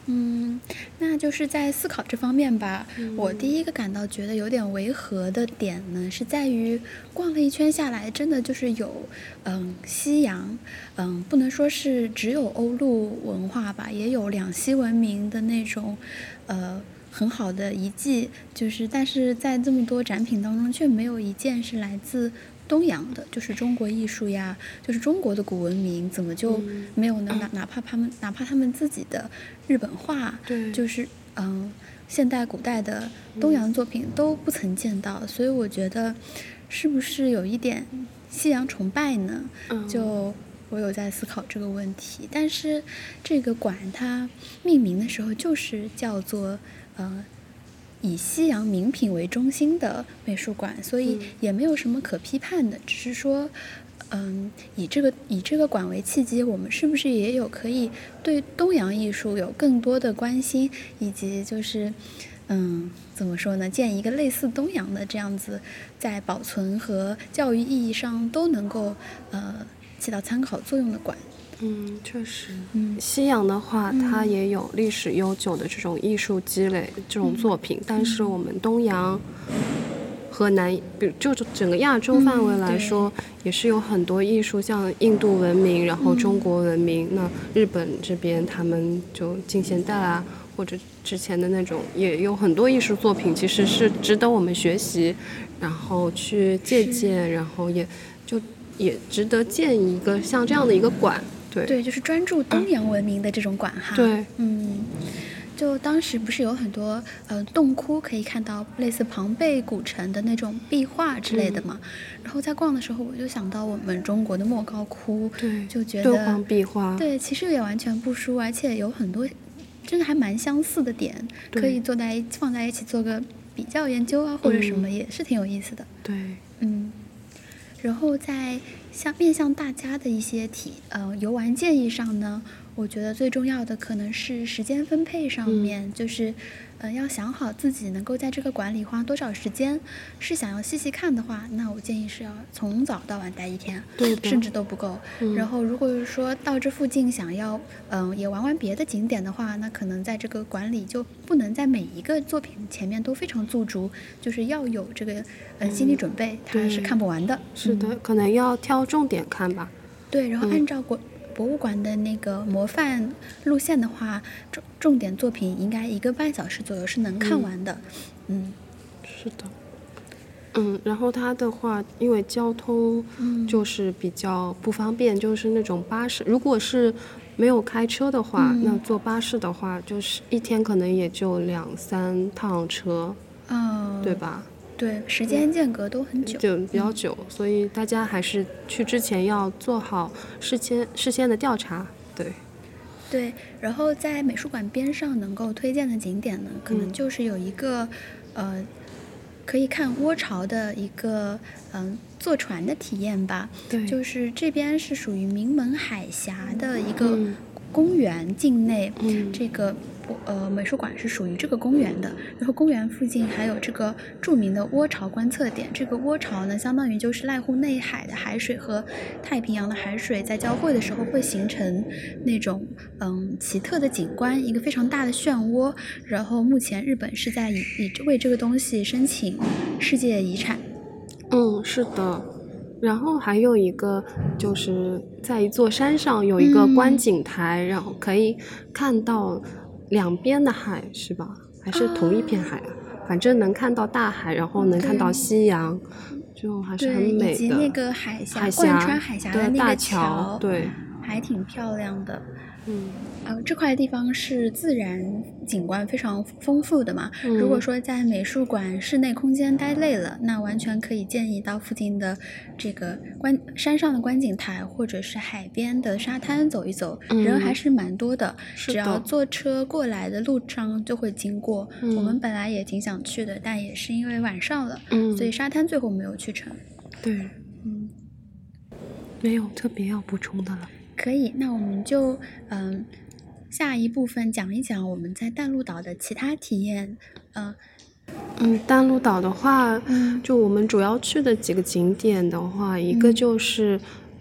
嗯，那就是在思考这方面吧， 嗯我第一个感到觉得有点违和的点呢，是在于逛了一圈下来，真的就是有，嗯，西洋，嗯，不能说是只有欧陆文化吧，也有两西文明的那种，呃，很好的遗迹，就是但是在这么多展品当中，却没有一件是来自东洋的，就是中国艺术呀，就是中国的古文明，怎么就嗯没有呢？哪哪怕他们哪怕他们自己的日本画， 对就是嗯，现代古代的东洋作品都不曾见到，所以我觉得是不是有一点西洋崇拜呢？ 嗯就我有在思考这个问题，但是这个馆它命名的时候就是叫做呃以西洋名品为中心的美术馆，所以也没有什么可批判的，只是说，嗯，以这个以这个馆为契机，我们是不是也有可以对东洋艺术有更多的关心，以及就是，嗯，怎么说呢，建一个类似东洋的这样子，在保存和教育意义上都能够呃起到参考作用的馆。 嗯，确实。 嗯西洋的话， 嗯它也有历史悠久的这种艺术积累，这种作品，但是我们东洋和南，比如就整个亚洲范围来说，也是有很多艺术，像印度文明，然后中国文明，那日本这边他们就近现代啊，或者之前的那种，也有很多艺术作品，其实是值得我们学习，然后去借鉴，然后也就也值得建一个像这样的一个馆。对， 对，就是专注东洋文明的这种馆哈。 对， 嗯，就当时不是有很多呃洞窟可以看到类似庞贝古城的那种壁画之类的嘛， 嗯、 然后在逛的时候我就想到我们中国的莫高窟， 对， 就觉得敦煌壁画， 对，其实也完全不输，而且有很多真的还蛮相似的点，可以坐在放在一起做个比较研究啊，或者什么、嗯、也是挺有意思的。 对， 嗯。然后在向面向大家的一些体呃游玩建议上呢，我觉得最重要的可能是时间分配上面， 嗯、 就是呃要想好自己能够在这个馆里花多少时间。是想要细细看的话，那我建议是要从早到晚待一天， 对， 甚至都不够。 嗯、 然后如果是说到这附近想要嗯、呃、也玩玩别的景点的话，那可能在这个馆里就不能在每一个作品前面都非常驻足，就是要有这个呃心理准备，嗯、它是看不完的。 是的、嗯，可能要挑重点看吧。 对，然后按照国、嗯、博物馆的那个模范路线的话，重重点作品应该一个半小时左右是能看完的。嗯， 嗯是的。嗯，然后它的话，因为交通就是比较不方便，嗯、就是那种巴士，如果是没有开车的话，嗯、那坐巴士的话，就是一天可能也就两三趟车， 哦， 对吧？ 对，时间间隔都很久， 就比较久，嗯、所以大家还是去之前要做好事先事先的调查，对。 对，然后在美术馆边上能够推荐的景点呢，可能就是有一个，嗯、呃。可以看涡巢的一个嗯坐船的体验吧， 对， 就是这边是属于名门海峡的一个公园境内， 嗯、 这个呃美术馆是属于这个公园的，然后公园附近还有这个著名的涡巢观测点，这个涡巢呢相当于就是濑户内海的海水和太平洋的海水在交汇的时候会形成那种嗯奇特的景观，一个非常大的漩涡，然后目前日本是在以以为这个东西申请世界遗产。 嗯，是的。然后还有一个就是在一座山上有一个观景台，嗯、然后可以看到两边的海，是吧？还是同一片海啊？啊反正能看到大海，然后能看到夕阳，就还是很美的。 以及那个海峡， 海峡贯穿海峡的那个桥，对， 还挺漂亮的。 嗯， 呃，这块地方是自然景观非常丰富的嘛。 嗯、 如果说在美术馆室内空间待累了，那完全可以建议到附近的这个观山上的观景台，或者是海边的沙滩走一走， 嗯、 人还是蛮多的。 是的， 只要坐车过来的路上就会经过。 嗯、 我们本来也挺想去的，但也是因为晚上了， 嗯、 所以沙滩最后没有去成。 对， 嗯， 没有特别要补充的了。 可以，那我们就嗯，下一部分讲一讲我们在淡路岛的其他体验。嗯、呃、 嗯，淡路岛的话， 嗯， 就我们主要去的几个景点的话，一个就是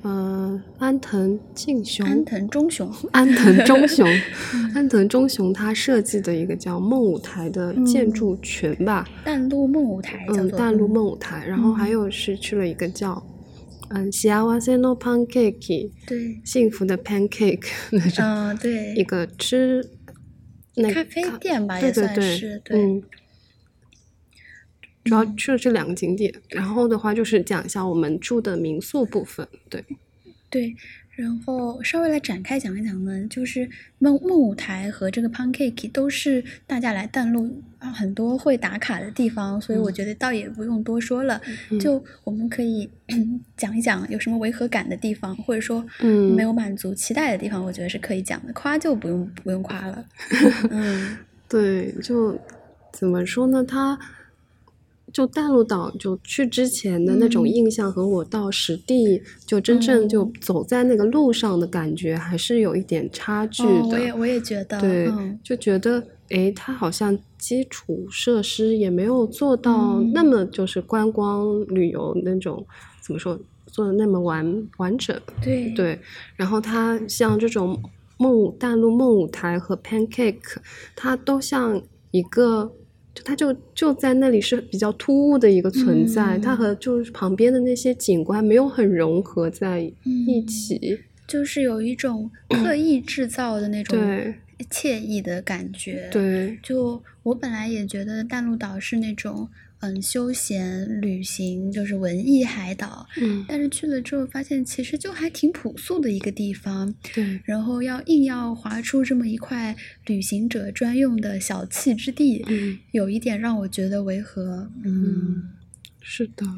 呃安藤敬雄， 安藤忠雄， 安藤忠雄，安藤忠雄他设计的一个叫梦舞台的建筑群吧， 淡路梦舞台叫嗯， 做淡路梦舞台，然后还有是去了一个叫嗯幸せのパンケーキ， 对， 幸福的 pancake 那种， 嗯，对， 一个吃那咖啡店吧， 对对也算是对， 对。 嗯，主要去了这两个景点，然后的话就是讲一下我们住的民宿部分，对对，然后稍微来展开讲一讲呢，就是梦梦舞台和这个 Pancake 都是大家来淡路啊很多会打卡的地方，所以我觉得倒也不用多说了， 嗯就我们可以讲一讲有什么违和感的地方，或者说嗯没有满足期待的地方，我觉得是可以讲的，夸就不用不用夸了。嗯， 对，就怎么说呢，它就淡路岛就去之前的那种印象和我到实地就真正就走在那个路上的感觉还是有一点差距的。 哦，我也我也觉得， 对， 嗯， 就觉得诶，它好像基础设施也没有做到嗯那么就是观光旅游那种，怎么说做的那么完完整。 对对，然后它像这种梦舞淡路梦舞台和 Pancake， 它都像一个。就它就就在那里是比较突兀的一个存在， 嗯它和就是旁边的那些景观没有很融合在一起， 就是有一种刻意制造的那种对惬意的感觉。 对， 就我本来也觉得淡路岛是那种嗯休闲旅行，就是文艺海岛， 嗯， 但是去了之后发现其实就还挺朴素的一个地方。 对， 然后要硬要划出这么一块旅行者专用的小憩之地， 嗯， 有一点让我觉得违和。嗯， 是的。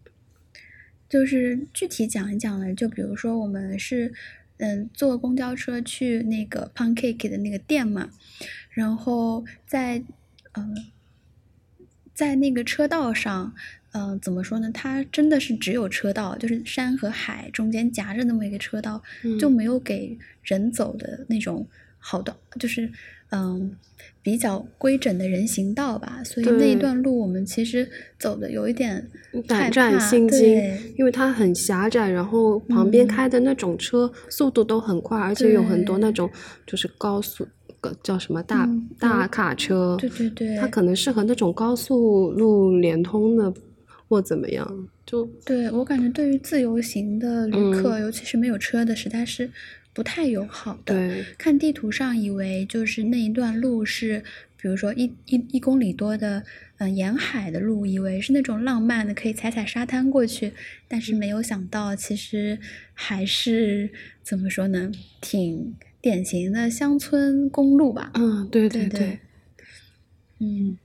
就是具体讲一讲呢，就比如说我们是嗯坐公交车去那个 Pancake 的那个店嘛，然后在呃在那个车道上，嗯、呃，怎么说呢？它真的是只有车道，就是山和海中间夹着那么一个车道， 嗯就没有给人走的那种好的，就是嗯比较规整的人行道吧。所以那一对段路我们其实走的有一点害胆战怕心惊， 对因为它很狭窄，然后旁边嗯开的那种车速度都很快，而且有很多那种就是高速个叫什么大、 嗯大卡车， 对对对， 它可能是和那种高速路连通的或怎么样，就对我感觉对于自由行的旅嗯客，尤其是没有车的，实在是不太友好的。 对看地图上以为就是那一段路是，比如说一一一公里多的，嗯、沿海的路，以为是那种浪漫的，可以踩踩沙滩过去，但是没有想到，其实还是怎么说呢，挺典型的乡村公路吧。 嗯对对对， 嗯。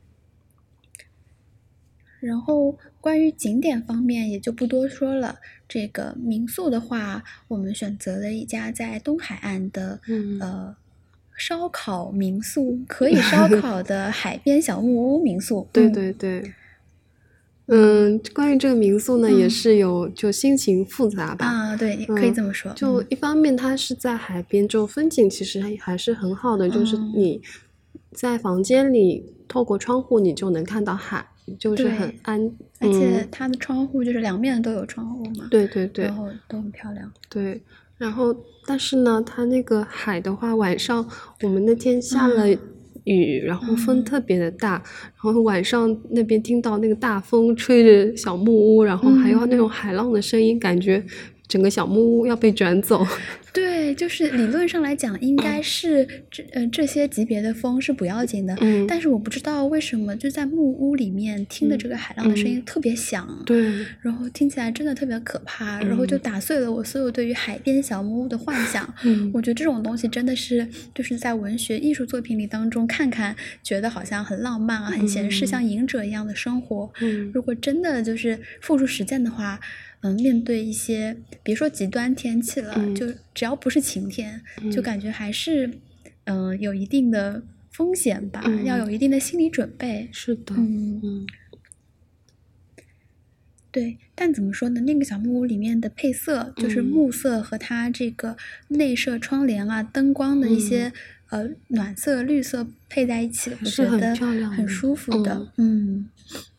然后关于景点方面也就不多说了。这个民宿的话，我们选择了一家在东海岸的、 嗯呃烧烤民宿，可以烧烤的海边小木屋民宿。 对嗯对对。嗯，关于这个民宿呢， 嗯也是有就心情复杂吧。 啊，对，可以这么说。嗯就一方面它是在海边，就风景其实还还是很好的，就是嗯你在房间里透过窗户你就能看到海，就是很对安， 而且嗯， 它的窗户就是两面都有窗户嘛， 对对对然后都很漂亮。 对。然后，但是呢，它那个海的话，晚上我们那天下了嗯雨，然后风特别的大，然后晚上那边听到那个大风吹着小木屋，然后还有那种海浪的声音，感觉整个小木屋要被卷走。 对，就是理论上来讲，应该是这呃这些级别的风是不要紧的， 嗯但是我不知道为什么就在木屋里面听的这个海浪的声音特别响， 对， 然后听起来真的特别可怕，然后就打碎了我所有对于海边小木屋的幻想。 嗯我觉得这种东西真的是就是在文学艺术作品里当中看看，觉得好像很浪漫啊，很闲适， 嗯像隐者一样的生活。 嗯如果真的就是付诸实践的话，嗯，面对一些别说极端天气了， 嗯就只要不是晴天， 嗯就感觉还是嗯有一定的风险吧， 嗯要有一定的心理准备。 是的， 嗯， 嗯对，但怎么说呢？那个小木屋里面的配色，就是嗯木色和它这个内设窗帘啊、灯光的一些、呃暖色、绿色配在一起，我是很觉得漂亮的很舒服的。嗯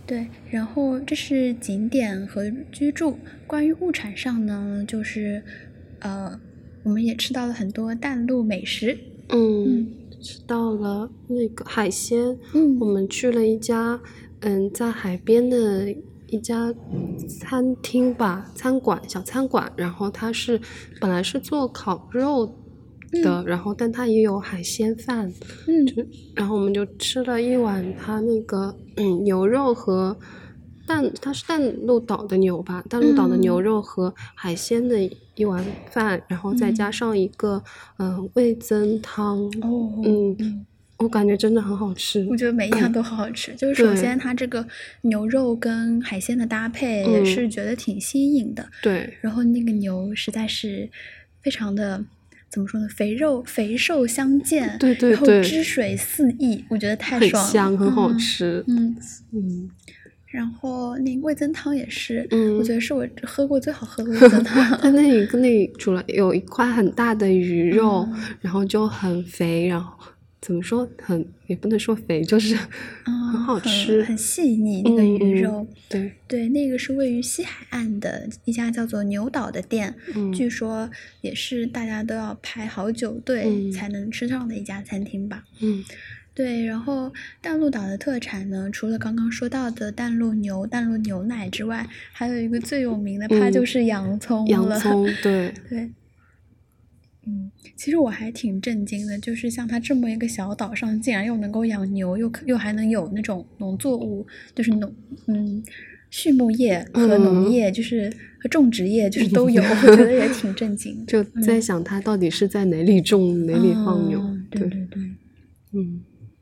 对，然后这是景点和居住。关于物产上呢，就是呃，我们也吃到了很多淡路美食。 嗯，吃到了那个海鲜。 嗯， 我们去了一家嗯在海边的一家餐厅吧，餐馆小餐馆，然后它是本来是做烤肉的， 嗯、 然后但它也有海鲜饭。 嗯， 就然后我们就吃了一碗它那个嗯牛肉和淡，它是淡路岛的牛吧，淡路岛的牛肉和海鲜的一碗饭，然后再加上一个嗯、呃、味增汤。 哦， 嗯嗯， 我感觉真的很好吃。 我觉得每一样都好好吃。就是首先它这个牛肉跟海鲜的搭配也是觉得挺新颖的。 对。 然后那个牛实在是非常的。怎么说呢？肥肉肥瘦相间， 对对对， 然后汁水四溢，我觉得太爽了， 很香，很好吃。 嗯嗯, 嗯然后那味增汤也是， 嗯， 我觉得是我喝过最好喝的味增汤。 它那里那里除了有一块很大的鱼肉， 嗯、 然后就很肥，然后怎么说很也不能说肥，就是很好吃， 嗯、很, 很细腻那个鱼肉。 嗯嗯、对对，那个是位于西海岸的一家叫做牛岛的店， 嗯、 据说也是大家都要排好久队才能吃上的一家餐厅吧。 嗯。 对，然后淡路岛的特产呢，除了刚刚说到的淡路牛、淡路牛奶之外，还有一个最有名的，它就是洋葱了。 洋葱，对对。嗯，其实我还挺震惊的，就是像它这么一个小岛上，竟然又能够养牛，又又还能有那种农作物，就是农嗯畜牧业和农业，嗯、就是和种植业，就是都有，我觉得也挺震惊。 就在想它到底是在哪里种，嗯、哪里放牛？ 嗯、对对对， 嗯。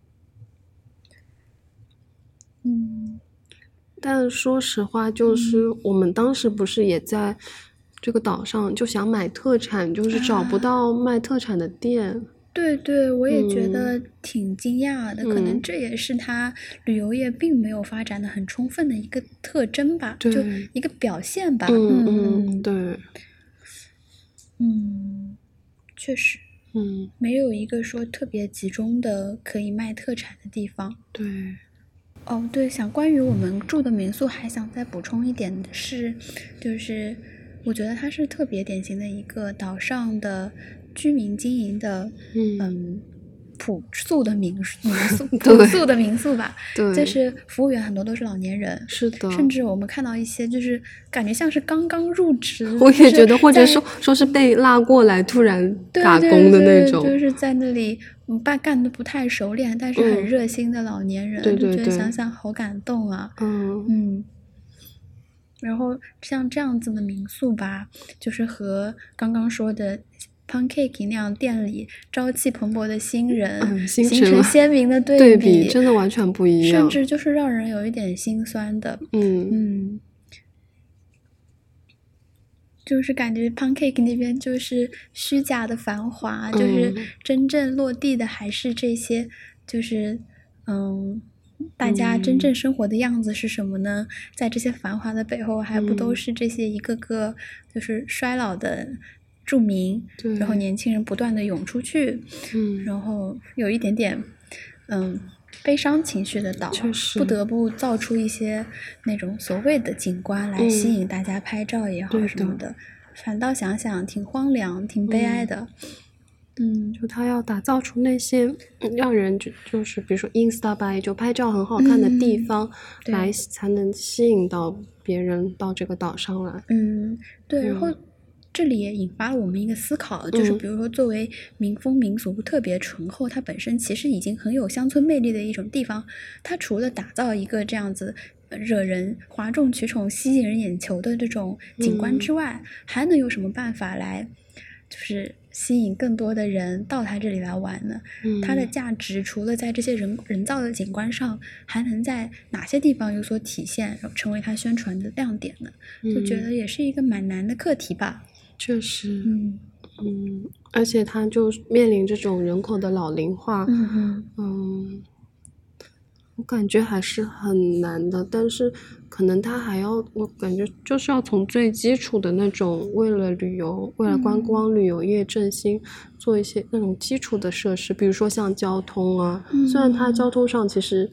嗯， 但说实话，就是我们当时不是也在这个岛上就想买特产，就是找不到卖特产的店。 啊、对对，我也觉得挺惊讶的，嗯、可能这也是它旅游业并没有发展的很充分的一个特征吧，就一个表现吧。 嗯嗯，对， 嗯，确实， 嗯， 没有一个说特别集中的可以卖特产的地方。 对。 哦，对，想关于我们住的民宿，还想再补充一点的是，就是我觉得它是特别典型的一个岛上的居民经营的，嗯。嗯朴素的民民宿，朴素的民宿吧， 对， 就是服务员很多都是老年人， 是的， 甚至我们看到一些就是感觉像是刚刚入职， 我也觉得，或者说说是被拉过来突然打工的那种， 对对对，就是在那里干干的不太熟练，但是很热心的老年人， 嗯、对对对， 就觉得想想好感动啊， 嗯嗯。然后像这样子的民宿吧，就是和刚刚说的Pancake 那样店里朝气蓬勃的新人、 嗯、 形成鲜明的对比， 对比真的完全不一样， 甚至就是让人有一点心酸的。 嗯嗯，就是感觉 Pancake 那边就是虚假的繁华， 嗯、 就是真正落地的还是这些，就是嗯。大家真正生活的样子是什么呢？嗯、在这些繁华的背后，还不都是这些一个个就是衰老的住民，然后年轻人不断的涌出去， 嗯， 然后有一点点嗯悲伤情绪的岛，不得不造出一些那种所谓的景观来吸引大家拍照也好什么的， 嗯、 反倒想想挺荒凉、挺悲哀的。 嗯，就他要打造出那些让人就就是比如说 Insta 吧，就拍照很好看的地方， 嗯、 来才能吸引到别人到这个岛上来。 嗯，对，然后这里也引发了我们一个思考，就是比如说作为民风民俗特别醇厚，它本身其实已经很有乡村魅力的一种地方，它除了打造一个这样子惹人哗众取宠、吸引人眼球的这种景观之外，嗯、还能有什么办法来就是吸引更多的人到它这里来玩呢？ 嗯、 它的价值除了在这些人人造的景观上，还能在哪些地方有所体现，成为它宣传的亮点呢？ 嗯、 就觉得也是一个蛮难的课题吧。 确实， 嗯嗯，而且它就面临这种人口的老龄化， 嗯嗯嗯，我感觉还是很难的，但是可能它还要，我感觉就是要从最基础的那种，为了旅游，为了观光旅游业振兴，做一些那种基础的设施，比如说像交通啊， 嗯、 虽然它交通上其实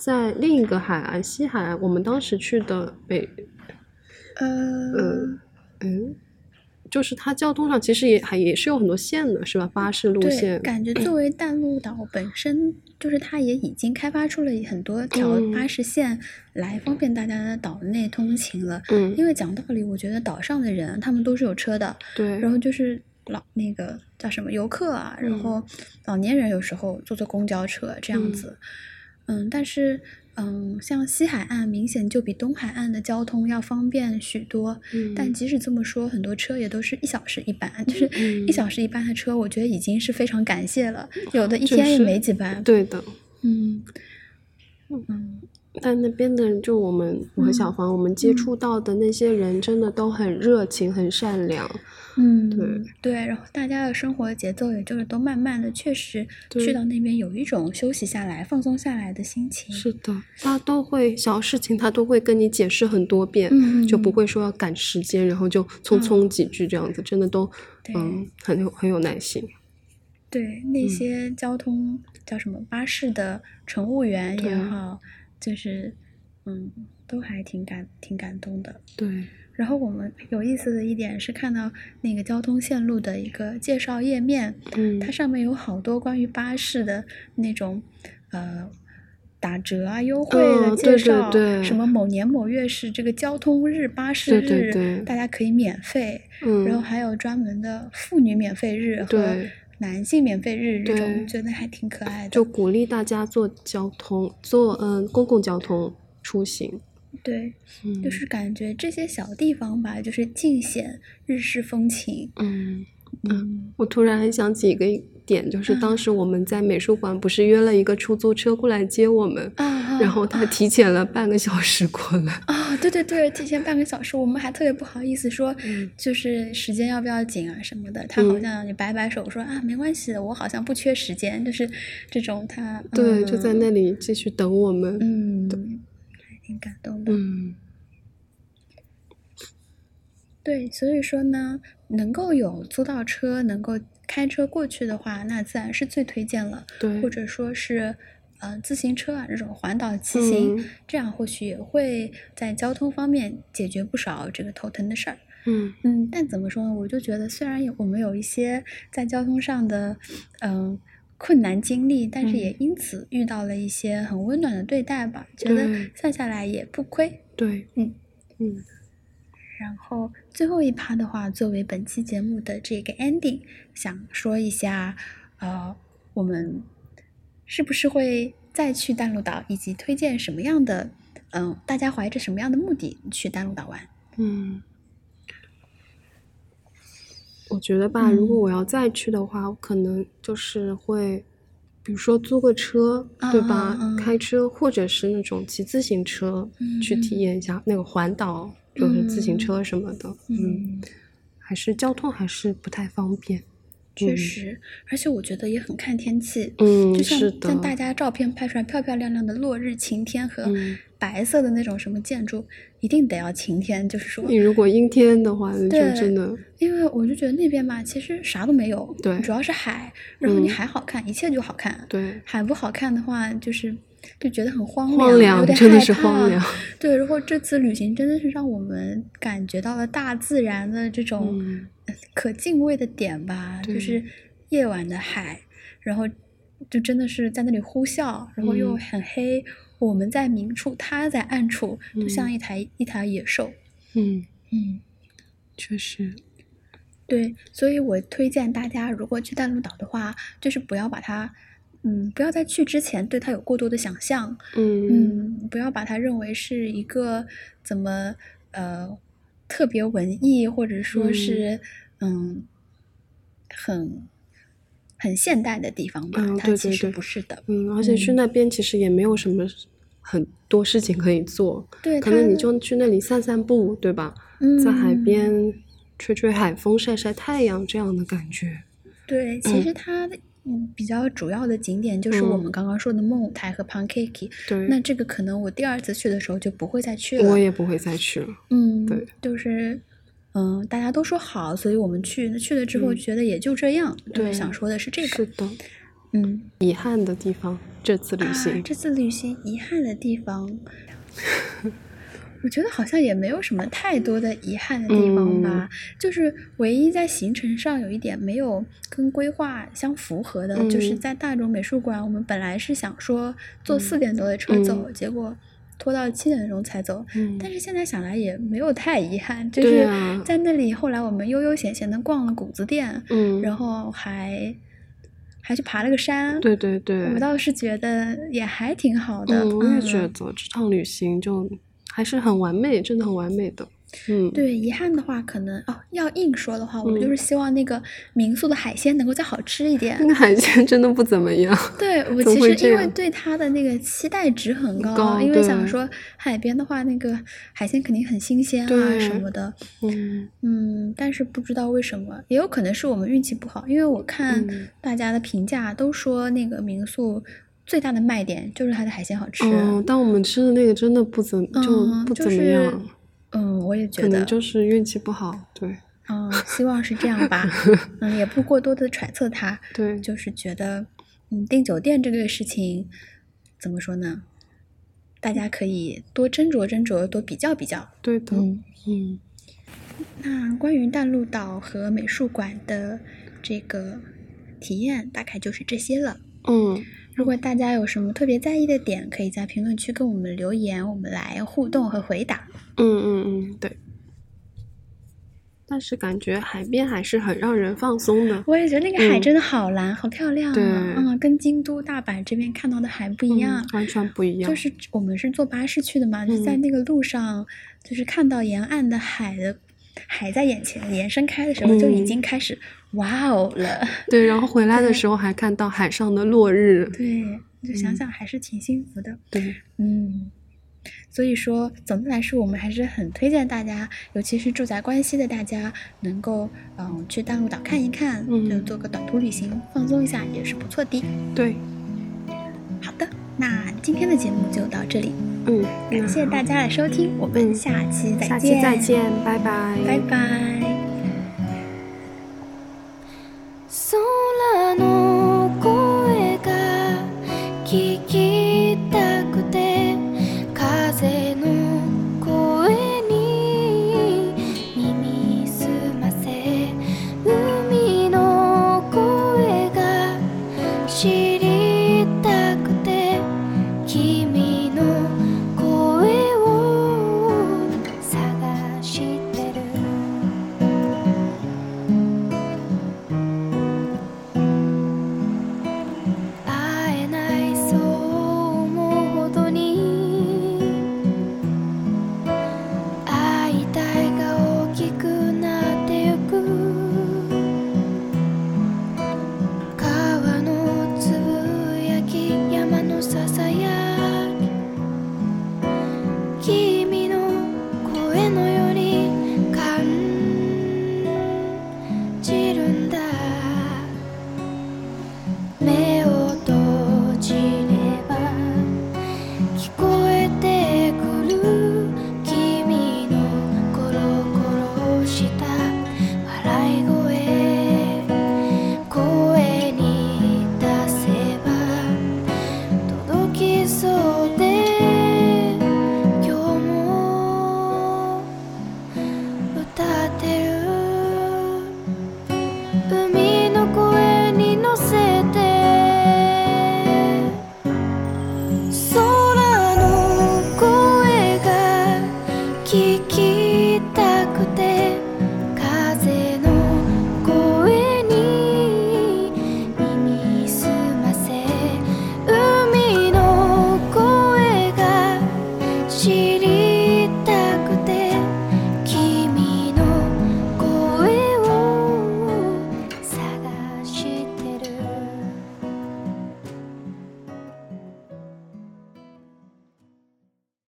在另一个海岸西海岸，我们当时去的北呃嗯嗯，就是它交通上其实也还也是有很多线的，是吧？巴士路对， 线。 感觉作为淡路岛本身，就是它也已经开发出了很多条嗯巴士线来方便大家在岛内通勤了。 嗯， 因为讲道理，我觉得岛上的人他们都是有车的， 对， 然后就是老那个叫什么游客啊，然后老年人有时候坐坐公交车这样子。嗯，但是嗯，像西海岸明显就比东海岸的交通要方便许多。 嗯， 但即使这么说，很多车也都是一小时一班，就是嗯一小时一班的车，我觉得已经是非常感谢了。有的一就天也是没几班。 对的。 嗯嗯， 但那边的人，就我们我和小黄，我们接触到的那些人，真的都很热情、很善良。 嗯， 对对，然后大家的生活节奏也就是都慢慢的，确实对去到那边有一种休息下来、放松下来的心情。 是的，他都会小事情，他都会跟你解释很多遍， 嗯就不会说要赶时间，然后就匆匆几句这样子，真的都对嗯很有很有耐心。 对，那些交通、叫什么巴士的乘务员也对好，就是嗯，都还挺感挺感动的。 对， 然后我们有意思的一点是看到那个交通线路的一个介绍页面， 嗯它上面有好多关于巴士的那种呃打折啊、优惠的嗯对介绍， 对对什么某年某月是这个交通日、巴士日， 对对对大家可以免费， 嗯然后还有专门的妇女免费日和对男性免费日这对种，觉得还挺可爱的。 就鼓励大家坐交通，坐嗯公共交通出行。 对， 嗯就是感觉这些小地方吧，就是尽显日式风情。 嗯嗯我突然还想起一个点，就是当时我们在美术馆不是约了一个出租车过来接我们， 啊啊然后他提前了半个小时过来。 啊，对对对，提前半个小时，我们还特别不好意思说， 嗯就是时间要不要紧啊什么的。他好像也摆摆手说、啊，没关系的，我好像不缺时间，就是这种他。 对， 嗯、 就在那里继续等我们。 嗯，还挺感动的。 嗯对，所以说呢，能够有租到车，能够开车过去的话，那自然是最推荐了。 对或者说是，呃，自行车啊这种环岛骑行， 嗯这样或许也会在交通方面解决不少这个头疼的事儿。 嗯嗯，但怎么说呢？我就觉得，虽然有我们有一些在交通上的，嗯、困难经历，但是也嗯因此遇到了一些很温暖的对待吧，觉得对算下来也不亏。 对嗯嗯然后最后一趴的话，作为本期节目的这个 ending，想说一下，呃，我们是不是会再去淡路岛，以及推荐什么样的，嗯、大家怀着什么样的目的去淡路岛玩？ 嗯，我觉得吧，如果我要再去的话，我可能就是会，比如说租个车，对吧？ 嗯嗯嗯开车或者是那种骑自行车、 嗯去体验一下那个环岛，就是自行车什么的。嗯， 嗯， 还是交通还是不太方便。 确实，而且我觉得也很看天气。 嗯， 就像是的， 像大家照片拍出来漂漂亮亮的落日晴天和嗯白色的那种什么建筑，一定得要晴天，就是说你如果阴天的话，那就对真的， 因为我就觉得那边吧，其实啥都没有， 对主要是海，然后你嗯海好看，一切就好看。 对， 海不好看的话，就是就觉得很荒荒凉有点真的是害怕荒凉。 对，然后这次旅行真的是让我们感觉到了大自然的这种嗯呃可敬畏的点吧， 对就是夜晚的海，然后就真的是在那里呼啸，然后又嗯很黑，我们在明处，他在暗处，就嗯像一台一台野兽。 嗯， 嗯。 确实， 对，所以我推荐大家，如果去淡路岛的话，就是不要把它，嗯，不要在去之前对它有过多的想象， 嗯嗯，不要把它认为是一个怎么呃特别文艺，或者说是嗯很很现代的地方吧， 嗯它其实对对对不是的。 嗯，而且去嗯那边其实也没有什么很多事情可以做， 对， 可能你它就去那里散散步，对吧？ 嗯在海边吹吹海风、晒晒太阳这样的感觉。 对，其实它嗯比较主要的景点就是我们刚刚说的梦舞台和 Pankake， 对， 那这个可能我第二次去的时候就不会再去了。 我也不会再去了。 嗯， 对， 就是嗯，大家都说好，所以我们去，那去了之后嗯觉得也就这样。 对就是想说的是这个。 是的， 嗯， 遗憾的地方，这次旅行、 啊、这次旅行遗憾的地方我觉得好像也没有什么太多的遗憾的地方吧、嗯、就是唯一在行程上有一点没有跟规划相符合的、嗯、就是在大冢美术馆我们本来是想说坐四点多的车走、嗯、结果拖到七点钟才走、嗯、但是现在想来也没有太遗憾，就是在那里后来我们悠悠闲闲的逛了谷子店、嗯、然后还还去爬了个山， 对对对， 我倒是觉得也还挺好的。 嗯，我也觉得这趟旅行就还是很完美，真的很完美的。嗯， 对，遗憾的话可能哦，要硬说的话，我就是希望那个民宿的海鲜能够再好吃一点。 那个海鲜真的不怎么样。 对，我其实因为对它的那个期待值很高， 高因为想说海边的话，那个海鲜肯定很新鲜啊什么的。嗯嗯，但是不知道为什么，也有可能是我们运气不好，因为我看大家的评价都说那个民宿最大的卖点就是它的海鲜好吃。 嗯，但我们吃的那个真的不怎、嗯、就不怎么样。 就是嗯，我也觉得可能就是运气不好，对。 嗯，希望是这样吧。嗯，也不过多的揣测它。 对， 就是觉得，嗯，订酒店这个事情，怎么说呢？大家可以多斟酌斟酌，多比较比较。 对的，嗯嗯。 那关于淡路岛和美术馆的这个体验，大概就是这些了。 嗯。 如果大家有什么特别在意的点，可以在评论区跟我们留言，我们来互动和回答。 嗯嗯嗯，对。但是感觉海边还是很让人放松的。 我也觉得那个海真的好蓝，嗯、好漂亮啊！ 对， 嗯，跟京都、大阪这边看到的海不一样， 嗯、完全不一样。 就是我们是坐巴士去的嘛，嗯、就在那个路上，就是看到沿岸的海的海在眼前延伸开的时候，就已经开始、嗯、哇哦了。 对，然后回来的时候还看到海上的落日。 对，就想想还是挺幸福的。 嗯、对， 嗯。所以说总的来说我们还是很推荐大家，尤其是住在关西的大家能够嗯去淡路岛看一看、嗯、就做个短途旅行放松一下也是不错的。 对， 好的，那今天的节目就到这里。 嗯， 感谢大家的收听、嗯、我们下期再见。 下期再见，拜拜拜拜。 空の声が聞きたくて風の声に耳すませ海の声が知りたくて君の声を探してる会えないそう思うほどに会いたいが大きくなってゆく川のつぶやき山のささやき君の声のよ